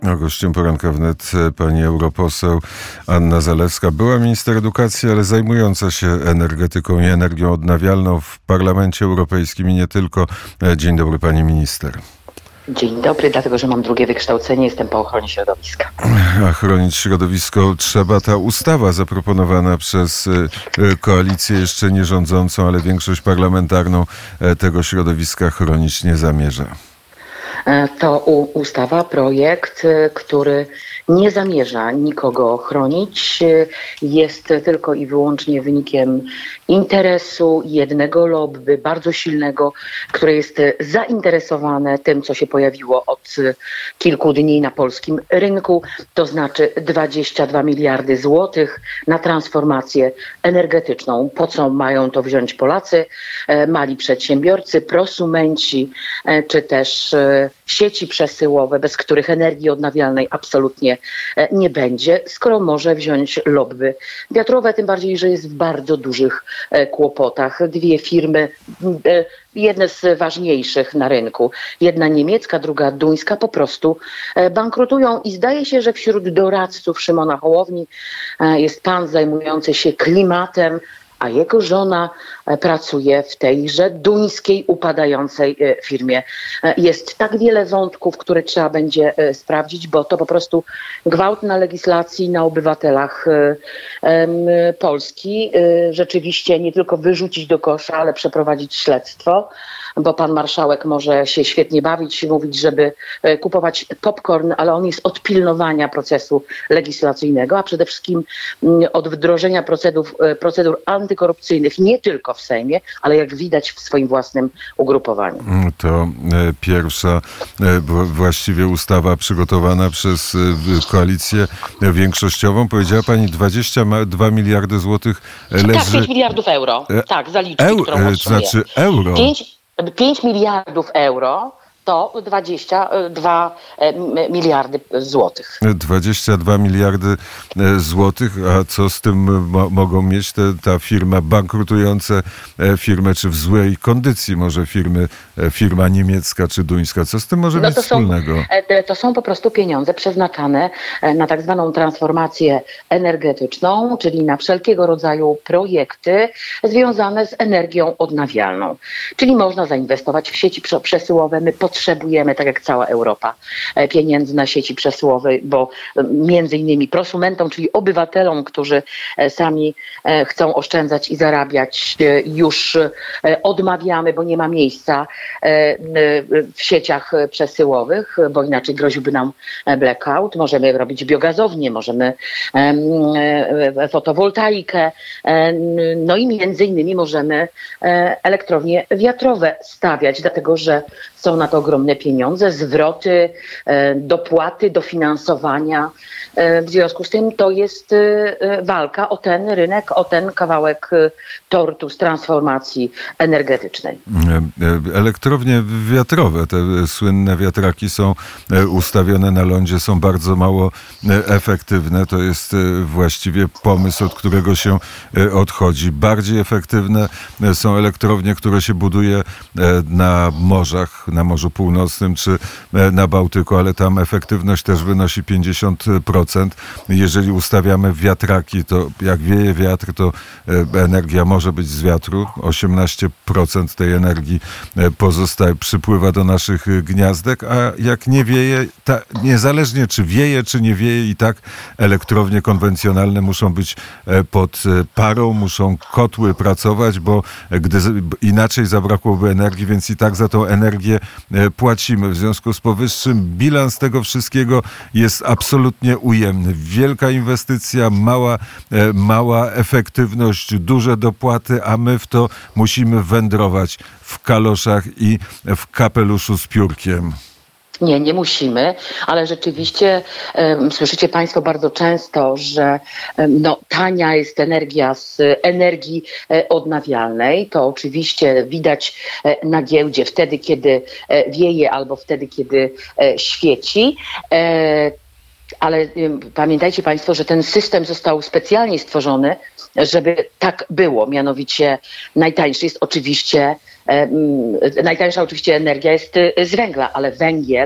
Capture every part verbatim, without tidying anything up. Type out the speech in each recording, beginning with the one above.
A gościem poranka wnet pani europoseł Anna Zalewska, była minister edukacji, ale zajmująca się energetyką i energią odnawialną w Parlamencie Europejskim i nie tylko. Dzień dobry, pani minister. Dzień dobry, dlatego że mam drugie wykształcenie, jestem po ochronie środowiska. A chronić środowisko trzeba. Ta ustawa zaproponowana przez koalicję jeszcze nie rządzącą, ale większość parlamentarną tego środowiska chronić nie zamierza. To ustawa, projekt, który nie zamierza nikogo chronić, jest tylko i wyłącznie wynikiem interesu jednego lobby, bardzo silnego, które jest zainteresowane tym, co się pojawiło od kilku dni na polskim rynku, to znaczy dwadzieścia dwa miliardy złotych na transformację energetyczną. Po co mają to wziąć Polacy, mali przedsiębiorcy, prosumenci, czy też sieci przesyłowe, bez których energii odnawialnej absolutnie nie będzie, skoro może wziąć lobby wiatrowe, tym bardziej, że jest w bardzo dużych kłopotach. Dwie firmy, jedne z ważniejszych na rynku, jedna niemiecka, druga duńska, po prostu bankrutują i zdaje się, że wśród doradców Szymona Hołowni jest pan zajmujący się klimatem, a jego żona pracuje w tejże duńskiej, upadającej firmie. Jest tak wiele wątków, które trzeba będzie sprawdzić, bo to po prostu gwałt na legislacji, na obywatelach Polski. Rzeczywiście nie tylko wyrzucić do kosza, ale przeprowadzić śledztwo, bo pan marszałek może się świetnie bawić i mówić, żeby kupować popcorn, ale on jest od pilnowania procesu legislacyjnego, a przede wszystkim od wdrożenia procedur, procedur antykorupcyjnych nie tylko w Sejmie, ale jak widać w swoim własnym ugrupowaniu. To pierwsza właściwie ustawa przygotowana przez koalicję większościową. Powiedziała pani dwadzieścia dwa miliardy złotych leży... Tak, pięć miliardów euro. Tak, zaliczki, Eu... którą otrzymuję. Znaczy euro. pięć miliardów euro to dwadzieścia dwa miliardy złotych. dwadzieścia dwa miliardy złotych, a co z tym mo- mogą mieć te, ta firma, bankrutujące firmy, czy w złej kondycji może firmy, firma niemiecka czy duńska? Co z tym może no mieć to wspólnego? Są, to są po prostu pieniądze przeznaczane na tak zwaną transformację energetyczną, czyli na wszelkiego rodzaju projekty związane z energią odnawialną. Czyli można zainwestować w sieci przesyłowe. My potrzebujemy, tak jak cała Europa, pieniędzy na sieci przesyłowe, bo między innymi prosumentom, czyli obywatelom, którzy sami chcą oszczędzać i zarabiać, już odmawiamy, bo nie ma miejsca w sieciach przesyłowych, bo inaczej groziłby nam blackout. Możemy robić biogazownie, możemy fotowoltaikę, no i między innymi możemy elektrownie wiatrowe stawiać, dlatego że są na to ogromne pieniądze, zwroty, dopłaty, dofinansowania. W związku z tym to jest walka o ten rynek, o ten kawałek tortu z transformacji energetycznej. Elektrownie wiatrowe, te słynne wiatraki są ustawione na lądzie, są bardzo mało efektywne. To jest właściwie pomysł, od którego się odchodzi. Bardziej efektywne są elektrownie, które się buduje na morzach, na Morzu Północnym czy na Bałtyku, ale tam efektywność też wynosi pięćdziesiąt procent. Jeżeli ustawiamy wiatraki, to jak wieje wiatr, to energia może być z wiatru. osiemnaście procent tej energii pozostaje, przypływa do naszych gniazdek, a jak nie wieje, ta, niezależnie czy wieje, czy nie wieje, i tak elektrownie konwencjonalne muszą być pod parą, muszą kotły pracować, bo gdy inaczej zabrakłoby energii, więc i tak za tą energię płacimy. W związku z powyższym bilans tego wszystkiego jest absolutnie ujemny. Wielka inwestycja, mała, mała efektywność, duże dopłaty, a my w to musimy wędrować w kaloszach i w kapeluszu z piórkiem. Nie, nie musimy, ale rzeczywiście um, słyszycie Państwo bardzo często, że um, no, tania jest energia z energii e, odnawialnej. To oczywiście widać e, na giełdzie wtedy, kiedy e, wieje albo wtedy, kiedy e, świeci. E, Ale pamiętajcie Państwo, że ten system został specjalnie stworzony, żeby tak było. Mianowicie najtańszy jest oczywiście, najtańsza oczywiście energia jest z węgla, ale węgiel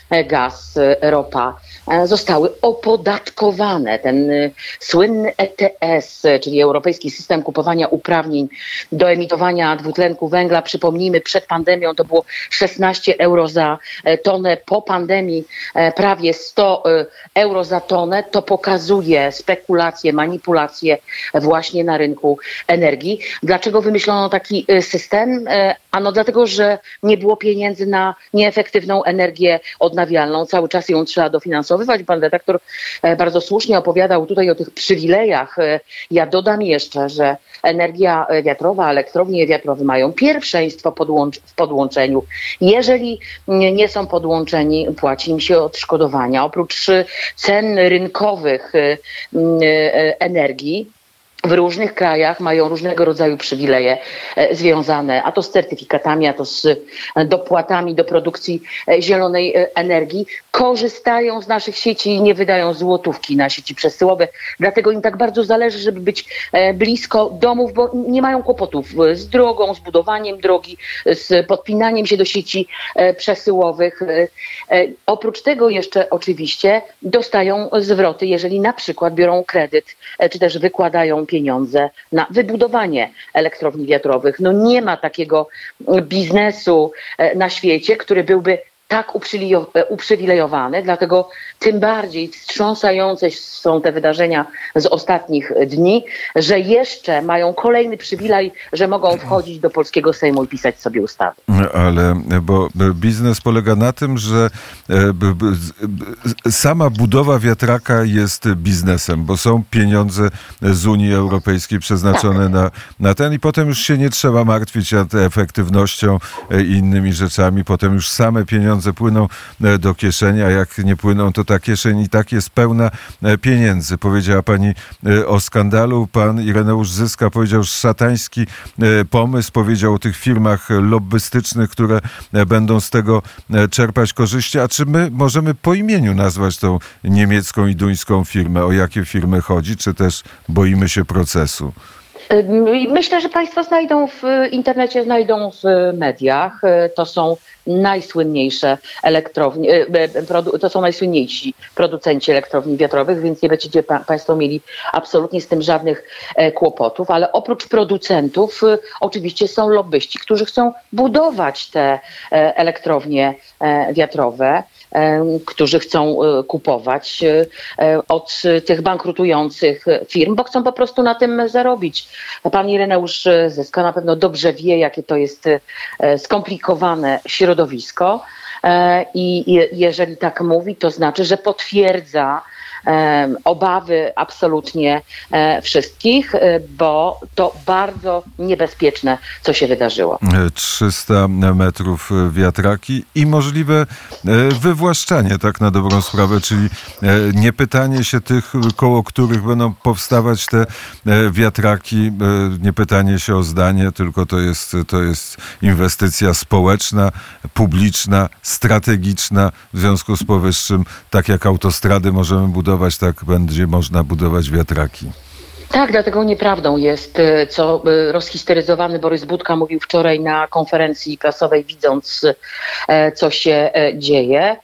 gaz, ropa zostały opodatkowane. Ten słynny E T S, czyli Europejski System Kupowania Uprawnień do emitowania dwutlenku węgla, przypomnijmy, przed pandemią to było szesnaście euro za tonę, po pandemii prawie sto euro za tonę. To pokazuje spekulacje, manipulacje właśnie na rynku energii. Dlaczego wymyślono taki system? Ano dlatego, że nie było pieniędzy na nieefektywną energię odnawialną. Cały czas ją trzeba dofinansowywać. Pan redaktor bardzo słusznie opowiadał tutaj o tych przywilejach. Ja dodam jeszcze, że energia wiatrowa, elektrownie wiatrowe mają pierwszeństwo podłącz- w podłączeniu. Jeżeli nie są podłączeni, płaci im się odszkodowania. Oprócz cen rynkowych energii, w różnych krajach mają różnego rodzaju przywileje e, związane, a to z certyfikatami, a to z dopłatami do produkcji e, zielonej e, energii. Korzystają z naszych sieci i nie wydają złotówki na sieci przesyłowe. Dlatego im tak bardzo zależy, żeby być e, blisko domów, bo nie mają kłopotów z drogą, z budowaniem drogi, z podpinaniem się do sieci e, przesyłowych. E, e, oprócz tego jeszcze oczywiście dostają zwroty, jeżeli na przykład biorą kredyt, e, czy też wykładają pieniądze na wybudowanie elektrowni wiatrowych. No nie ma takiego biznesu na świecie, który byłby tak uprzywilejowany, dlatego tym bardziej wstrząsające są te wydarzenia z ostatnich dni, że jeszcze mają kolejny przywilej, że mogą wchodzić do polskiego Sejmu i pisać sobie ustawy. Ale bo biznes polega na tym, że sama budowa wiatraka jest biznesem, bo są pieniądze z Unii Europejskiej przeznaczone tak. na, na ten i potem już się nie trzeba martwić nad efektywnością i innymi rzeczami. Potem już same pieniądze płyną do kieszeni, a jak nie płyną, to ta kieszeń i tak jest pełna pieniędzy. Powiedziała pani o skandalu. Pan Ireneusz Zyska powiedział, że szatański pomysł, powiedział o tych firmach lobbystycznych, które będą z tego czerpać korzyści. A czy my możemy po imieniu nazwać tą niemiecką i duńską firmę? O jakie firmy chodzi? Czy też boimy się procesu? Myślę, że państwo znajdą w internecie, znajdą w mediach. To są najsłynniejsze elektrownie, to są najsłynniejsi producenci elektrowni wiatrowych, więc nie będziecie pa- państwo mieli absolutnie z tym żadnych kłopotów, ale oprócz producentów oczywiście są lobbyści, którzy chcą budować te elektrownie wiatrowe, którzy chcą kupować od tych bankrutujących firm, bo chcą po prostu na tym zarobić. Pan Ireneusz Zyska na pewno dobrze wie, jakie to jest skomplikowane środowisko i jeżeli tak mówi, to znaczy, że potwierdza obawy absolutnie wszystkich, bo to bardzo niebezpieczne, co się wydarzyło. trzysta metrów wiatraki i możliwe wywłaszczanie, tak na dobrą sprawę, czyli nie pytanie się tych, koło których będą powstawać te wiatraki, nie pytanie się o zdanie, tylko to jest, to jest inwestycja społeczna, publiczna, strategiczna. W związku z powyższym, tak jak autostrady możemy budować, tak będzie można budować wiatraki. Tak, dlatego nieprawdą jest, co rozhisteryzowany Borys Budka mówił wczoraj na konferencji prasowej, widząc, co się dzieje.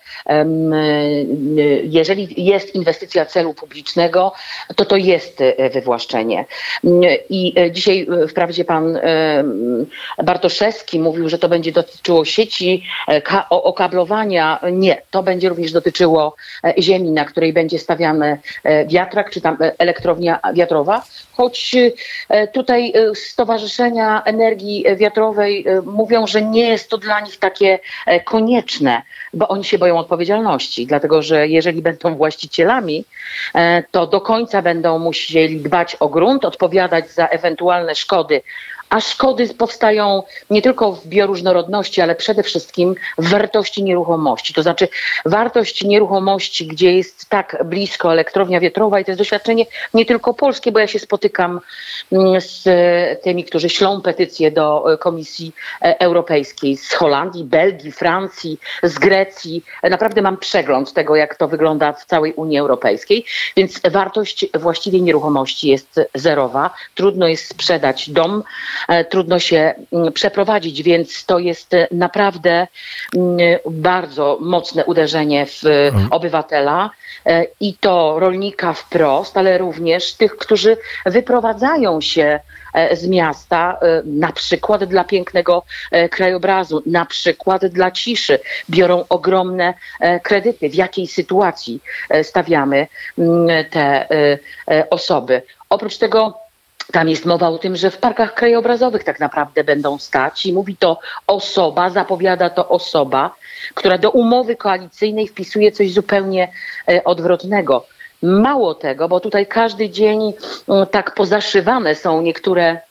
Jeżeli jest inwestycja celu publicznego, to to jest wywłaszczenie. I dzisiaj wprawdzie pan Bartoszewski mówił, że to będzie dotyczyło sieci, okablowania. Nie, to będzie również dotyczyło ziemi, na której będzie stawiany wiatrak, czy tam elektrownia wiatrowa. Choć tutaj Stowarzyszenia Energii Wiatrowej mówią, że nie jest to dla nich takie konieczne, bo oni się boją odpowiedzialności, dlatego że jeżeli będą właścicielami, to do końca będą musieli dbać o grunt, odpowiadać za ewentualne szkody. A szkody powstają nie tylko w bioróżnorodności, ale przede wszystkim w wartości nieruchomości. To znaczy wartość nieruchomości, gdzie jest tak blisko elektrownia wiatrowa i to jest doświadczenie nie tylko polskie, bo ja się spotykam z tymi, którzy ślą petycje do Komisji Europejskiej z Holandii, Belgii, Francji, z Grecji. Naprawdę mam przegląd tego, jak to wygląda w całej Unii Europejskiej, więc wartość właściwie nieruchomości jest zerowa. Trudno jest sprzedać dom e, trudno się mm, przeprowadzić, więc to jest e, naprawdę mm, bardzo mocne uderzenie w e, obywatela e, i to rolnika wprost, ale również tych, którzy wyprowadzają się e, z miasta, e, na przykład dla pięknego e, krajobrazu, na przykład dla ciszy, biorą ogromne e, kredyty. W jakiej sytuacji e, stawiamy mm, te e, e, osoby? Oprócz tego tam jest mowa o tym, że w parkach krajobrazowych tak naprawdę będą stać i mówi to osoba, zapowiada to osoba, która do umowy koalicyjnej wpisuje coś zupełnie e, odwrotnego. Mało tego, bo tutaj każdy dzień m, tak pozaszywane są niektóre e,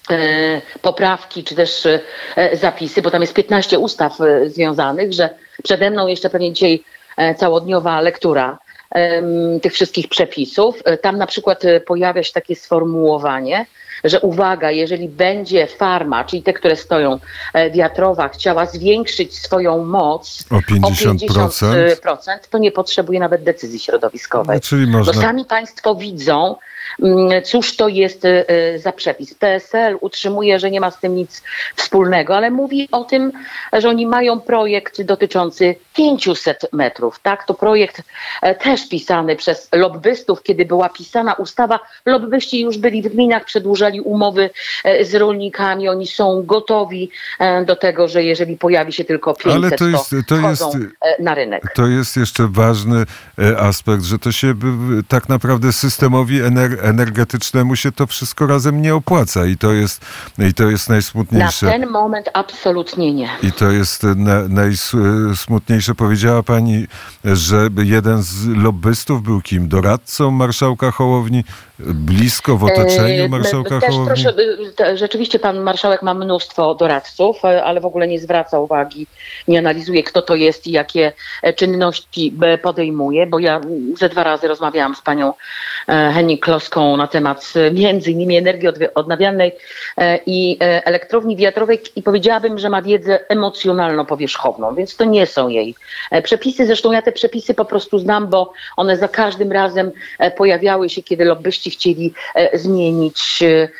poprawki czy też e, zapisy, bo tam jest piętnaście ustaw e, związanych, że przede mną jeszcze pewnie dzisiaj e, całodniowa lektura tych wszystkich przepisów. Tam na przykład pojawia się takie sformułowanie, że uwaga, jeżeli będzie farma, czyli te, które stoją, wiatrowa, chciała zwiększyć swoją moc O pięćdziesiąt procent, o pięćdziesiąt procent, to nie potrzebuje nawet decyzji środowiskowej. No, czyli można... Bo sami państwo widzą, cóż to jest za przepis. P S L utrzymuje, że nie ma z tym nic wspólnego, ale mówi o tym, że oni mają projekt dotyczący pięciuset metrów. Tak? To projekt też pisany przez lobbystów. Kiedy była pisana ustawa, lobbyści już byli w gminach, przedłużali umowy z rolnikami. Oni są gotowi do tego, że jeżeli pojawi się tylko pięćset, ale to, jest, to, to jest, wchodzą na rynek. To jest jeszcze ważny aspekt, że to się tak naprawdę systemowi ener- energetycznemu się to wszystko razem nie opłaca i to jest, i to jest najsmutniejsze. Na ten moment absolutnie nie. I to jest na, najsmutniejsze. Powiedziała pani, że jeden z lobbystów był kim? Doradcą marszałka Hołowni? Blisko w otoczeniu marszałka Też Hołowni? proszę, te- rzeczywiście pan marszałek ma mnóstwo doradców, ale w ogóle nie zwraca uwagi, nie analizuje, kto to jest i jakie czynności podejmuje, bo ja ze dwa razy rozmawiałam z panią Hennig-Kloską na temat między innymi energii odwi- odnawialnej i elektrowni wiatrowej i powiedziałabym, że ma wiedzę emocjonalno-powierzchowną, więc to nie są jej przepisy. Zresztą ja te przepisy po prostu znam, bo one za każdym razem pojawiały się, kiedy lobbyści chcieli e, zmienić e,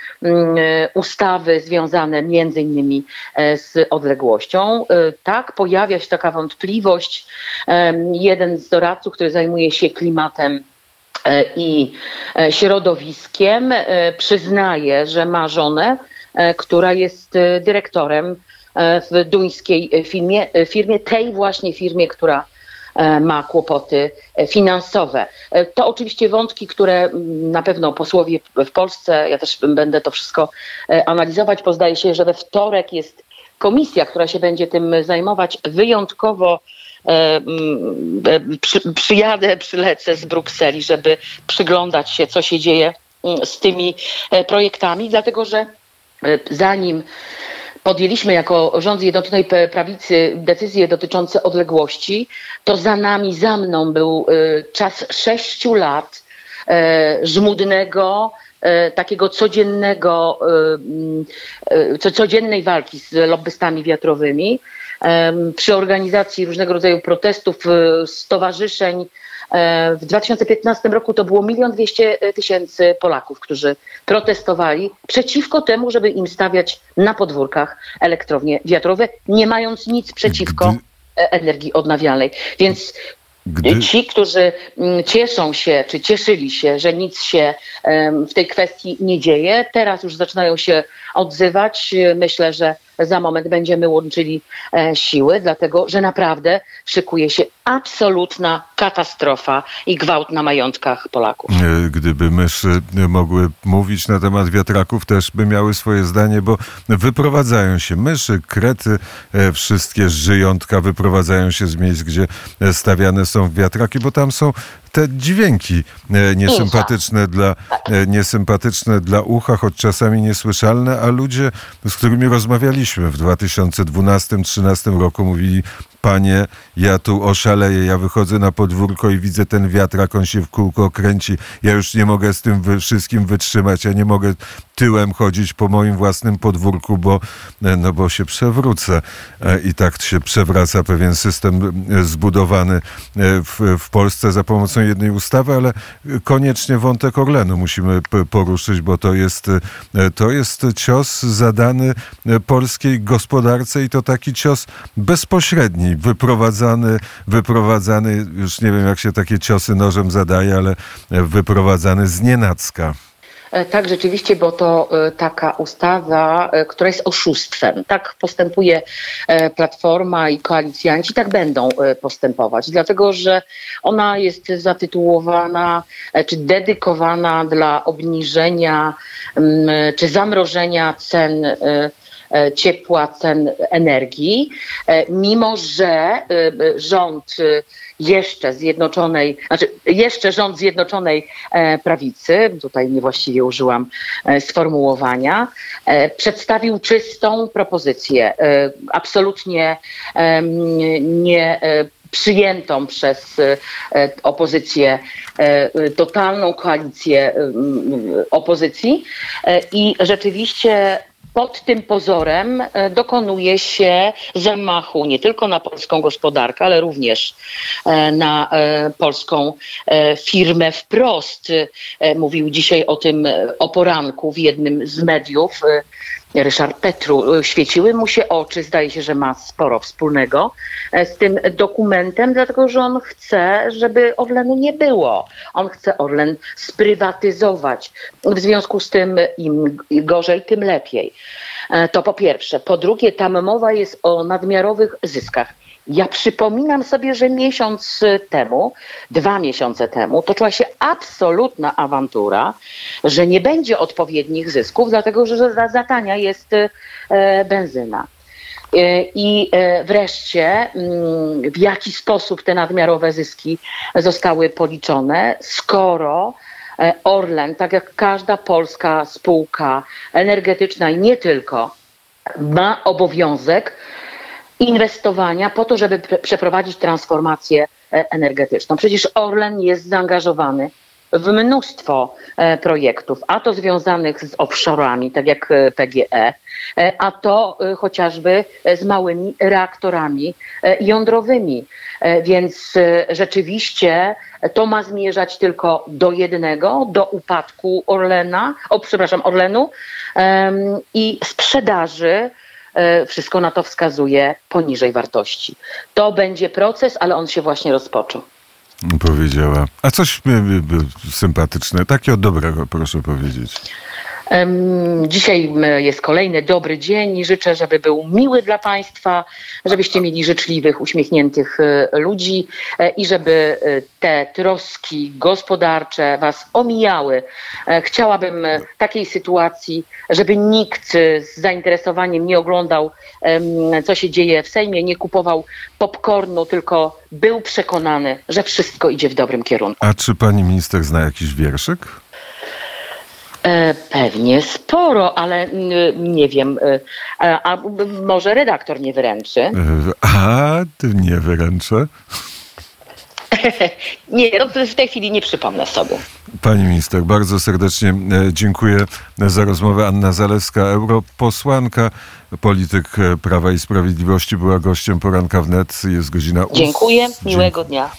ustawy związane między innymi e, z odległością. E, tak, pojawia się taka wątpliwość. E, jeden z doradców, który zajmuje się klimatem e, i e, środowiskiem, e, przyznaje, że ma żonę, e, która jest e, dyrektorem e, w duńskiej firmie, firmie, tej właśnie firmie, która ma kłopoty finansowe. To oczywiście wątki, które na pewno posłowie w Polsce, ja też będę to wszystko analizować, bo zdaje się, że we wtorek jest komisja, która się będzie tym zajmować. Wyjątkowo przy, przyjadę, przylecę z Brukseli, żeby przyglądać się, co się dzieje z tymi projektami, dlatego że zanim podjęliśmy jako rząd Zjednoczonej Prawicy decyzje dotyczące odległości, to za nami, za mną był czas sześciu lat żmudnego, takiego codziennego, codziennej walki z lobbystami wiatrowymi, przy organizacji różnego rodzaju protestów, stowarzyszeń. W dwa tysiące piętnastym roku to było milion dwieście tysięcy Polaków, którzy protestowali przeciwko temu, żeby im stawiać na podwórkach elektrownie wiatrowe, nie mając nic przeciwko Gdy... energii odnawialnej. Więc Gdy... ci, którzy cieszą się, czy cieszyli się, że nic się w tej kwestii nie dzieje, teraz już zaczynają się odzywać. Myślę, że za moment będziemy łączyli e, siły, dlatego że naprawdę szykuje się absolutna katastrofa i gwałt na majątkach Polaków. Gdyby myszy mogły mówić na temat wiatraków, też by miały swoje zdanie, bo wyprowadzają się myszy, krety, e, wszystkie żyjątka wyprowadzają się z miejsc, gdzie stawiane są wiatraki, bo tam są te dźwięki e, niesympatyczne dla, e, niesympatyczne dla ucha, choć czasami niesłyszalne, a ludzie, z którymi rozmawialiśmy w dwa tysiące dwunastym do dwa tysiące trzynastym roku, mówili, panie, ja tu oszaleję, ja wychodzę na podwórko i widzę ten wiatrak, on się w kółko kręci, ja już nie mogę z tym wy- wszystkim wytrzymać, ja nie mogę tyłem chodzić po moim własnym podwórku, bo, no bo się przewrócę. E, I tak się przewraca pewien system e, zbudowany e, w, w Polsce za pomocą jednej ustawy, ale koniecznie wątek Orlenu musimy p- poruszyć, bo to jest, e, to jest cios zadany e, polskiej gospodarce i to taki cios bezpośredni, wyprowadzany, wyprowadzany, już nie wiem jak się takie ciosy nożem zadaje, ale e, wyprowadzany z nienacka. E, Tak, rzeczywiście, bo to e, taka ustawa, e, która jest oszustwem. Tak postępuje e, Platforma i koalicjanci, tak będą e, postępować, dlatego że ona jest zatytułowana e, czy dedykowana dla obniżenia m, czy zamrożenia cen e, e, ciepła, cen energii, e, mimo że e, rząd e, jeszcze Zjednoczonej, znaczy jeszcze rząd Zjednoczonej e, Prawicy, tutaj niewłaściwie użyłam e, sformułowania, e, przedstawił czystą propozycję, e, absolutnie e, nie e, przyjętą przez e, opozycję, e, totalną koalicję e, opozycji e, i rzeczywiście pod tym pozorem e, dokonuje się zamachu nie tylko na polską gospodarkę, ale również e, na e, polską e, firmę wprost. E, Mówił dzisiaj o tym e, o poranku w jednym z mediów e, Ryszard Petru. E, Świeciły mu się oczy, zdaje się, że ma sporo wspólnego e, z tym dokumentem, dlatego że on chce, żeby Orlenu nie było. On chce Orlen sprywatyzować. W związku z tym im gorzej, tym lepiej. E, To po pierwsze. Po drugie, tam mowa jest o nadmiarowych zyskach. Ja przypominam sobie, że miesiąc temu, dwa miesiące temu, toczyła się absolutna awantura, że nie będzie odpowiednich zysków, dlatego że za, za tania jest e, benzyna. E, I e, wreszcie, mm, w jaki sposób te nadmiarowe zyski zostały policzone, skoro e, Orlen, tak jak każda polska spółka energetyczna i nie tylko, ma obowiązek inwestowania po to, żeby pre- przeprowadzić transformację e, energetyczną. Przecież Orlen jest zaangażowany w mnóstwo e, projektów, a to związanych z offshore'ami, tak jak e, P G E, e, a to e, chociażby e, z małymi reaktorami e, jądrowymi. E, Więc e, rzeczywiście to ma zmierzać tylko do jednego, do upadku Orlena, o przepraszam, Orlenu em, i sprzedaży. E, Wszystko na to wskazuje poniżej wartości. To będzie proces, ale on się właśnie rozpoczął. Powiedziała. A coś y, y, sympatyczne, takiego dobrego, proszę powiedzieć. Em, Dzisiaj m, jest kolejny dobry dzień i życzę, żeby był miły dla Państwa, żebyście mieli życzliwych, uśmiechniętych e, ludzi e, i żeby e, te troski gospodarcze Was omijały. E, Chciałabym e, takiej sytuacji, żeby nikt e, z zainteresowaniem nie oglądał, em, co się dzieje w Sejmie, nie kupował popcornu, tylko był przekonany, że wszystko idzie w dobrym kierunku. A czy pani minister zna jakiś wierszyk? E, Pewnie sporo, ale mm, nie wiem, e, a, a b- może redaktor nie wyręczy. Y, A, ty nie wyręczę. Nie, no, w tej chwili nie przypomnę sobie. Pani minister, bardzo serdecznie e, dziękuję za rozmowę. Anna Zalewska, europosłanka, polityk e, Prawa i Sprawiedliwości, była gościem Poranka Wnet. Jest godzina ós- Dziękuję, Dziękuję. miłego dnia.